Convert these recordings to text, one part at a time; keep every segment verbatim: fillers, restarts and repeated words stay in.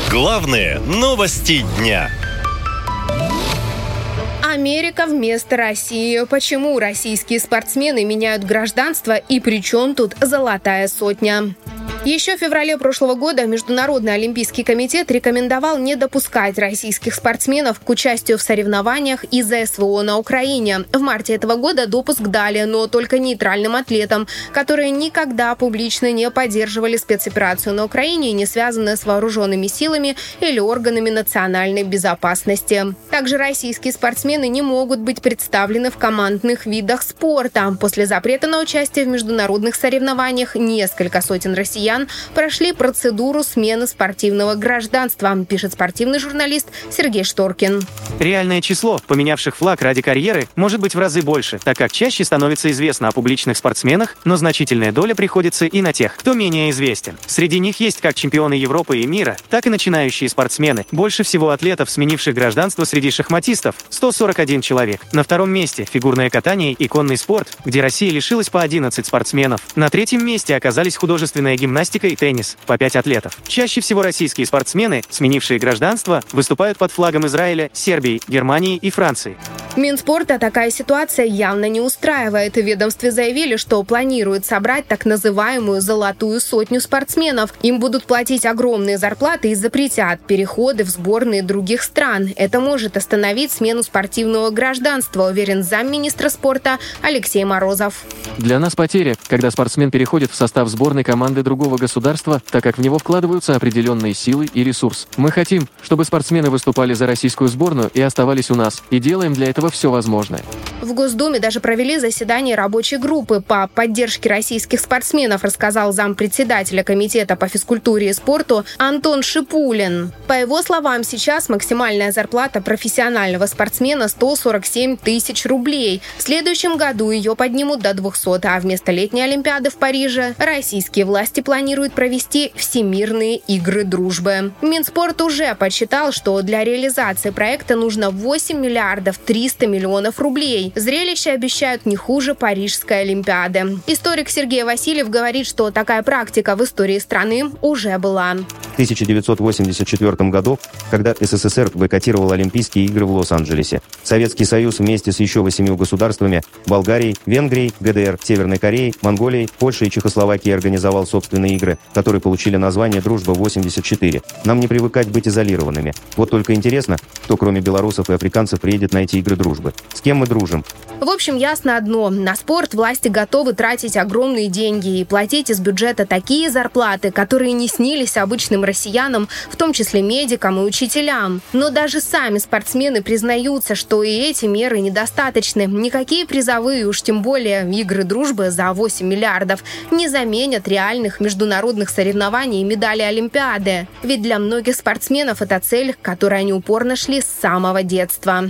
Главные новости дня. Америка вместо России. Почему российские спортсмены меняют гражданство и при чем тут золотая сотня? Еще в феврале прошлого года Международный олимпийский комитет рекомендовал не допускать российских спортсменов к участию в соревнованиях из-за СВО на Украине. В марте этого года допуск дали, но только нейтральным атлетам, которые никогда публично не поддерживали спецоперацию на Украине и не связаны с вооруженными силами или органами национальной безопасности. Также российские спортсмены не могут быть представлены в командных видах спорта. После запрета на участие в международных соревнованиях несколько сотен россиян прошли процедуру смены спортивного гражданства, пишет спортивный журналист Сергей Шторкин. Реальное число поменявших флаг ради карьеры может быть в разы больше, так как чаще становится известно о публичных спортсменах, но значительная доля приходится и на тех, кто менее известен. Среди них есть как чемпионы Европы и мира, так и начинающие спортсмены. Больше всего атлетов, сменивших гражданство среди шахматистов – сто сорок один человек. На втором месте – фигурное катание и конный спорт, где Россия лишилась по одиннадцать спортсменов. На третьем месте оказались художественная гимнастика и теннис – по пять атлетов. Чаще всего российские спортсмены, сменившие гражданство, выступают под флагом Израиля, Сербии, Германии и Франции. Минспорта такая ситуация явно не устраивает. В ведомстве заявили, что планируют собрать так называемую «золотую сотню» спортсменов. Им будут платить огромные зарплаты и запретят переходы в сборные других стран. Это может остановить смену спортивного гражданства, уверен замминистра спорта Алексей Морозов. Для нас потеря, когда спортсмен переходит в состав сборной команды другого государства, так как в него вкладываются определенные силы и ресурс. Мы хотим, чтобы спортсмены выступали за российскую сборную и оставались у нас, и делаем для этого все возможное. В Госдуме даже провели заседание рабочей группы по поддержке российских спортсменов, рассказал зампредседателя комитета по физкультуре и спорту Антон Шипулин. По его словам, сейчас максимальная зарплата профессионального спортсмена сто сорок семь тысяч рублей. В следующем году ее поднимут до двухсот, а вместо летней Олимпиады в Париже российские власти планируют провести Всемирные игры дружбы. Минспорт уже подсчитал, что для реализации проекта нужно восемь миллиардов триста миллионов рублей. Зрелище обещают не хуже Парижской Олимпиады. Историк Сергей Васильев говорит, что такая практика в истории страны уже была. В тысяча девятьсот восемьдесят четвёртом году, когда СССР бойкотировал Олимпийские игры в Лос-Анджелесе, Советский Союз вместе с еще восемью государствами – Болгарией, Венгрией, ГДР, Северной Кореей, Монголией, Польшей и Чехословакией – организовал собственные игры, которые получили название «Дружба-восемьдесят четыре». Нам не привыкать быть изолированными. Вот только интересно, кто кроме белорусов и африканцев приедет на эти игры дружбы. С кем мы дружим? В общем, ясно одно. На спорт власти готовы тратить огромные деньги и платить из бюджета такие зарплаты, которые не снились обычным россиянам, в том числе медикам и учителям. Но даже сами спортсмены признаются, что и эти меры недостаточны. Никакие призовые, уж тем более игры дружбы за восемь миллиардов, не заменят реальных международных соревнований и медалей Олимпиады. Ведь для многих спортсменов это цель, к которой они упорно шли с самого детства.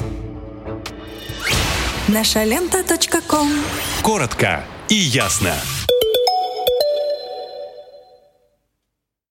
наша лента точка ком. Коротко и ясно.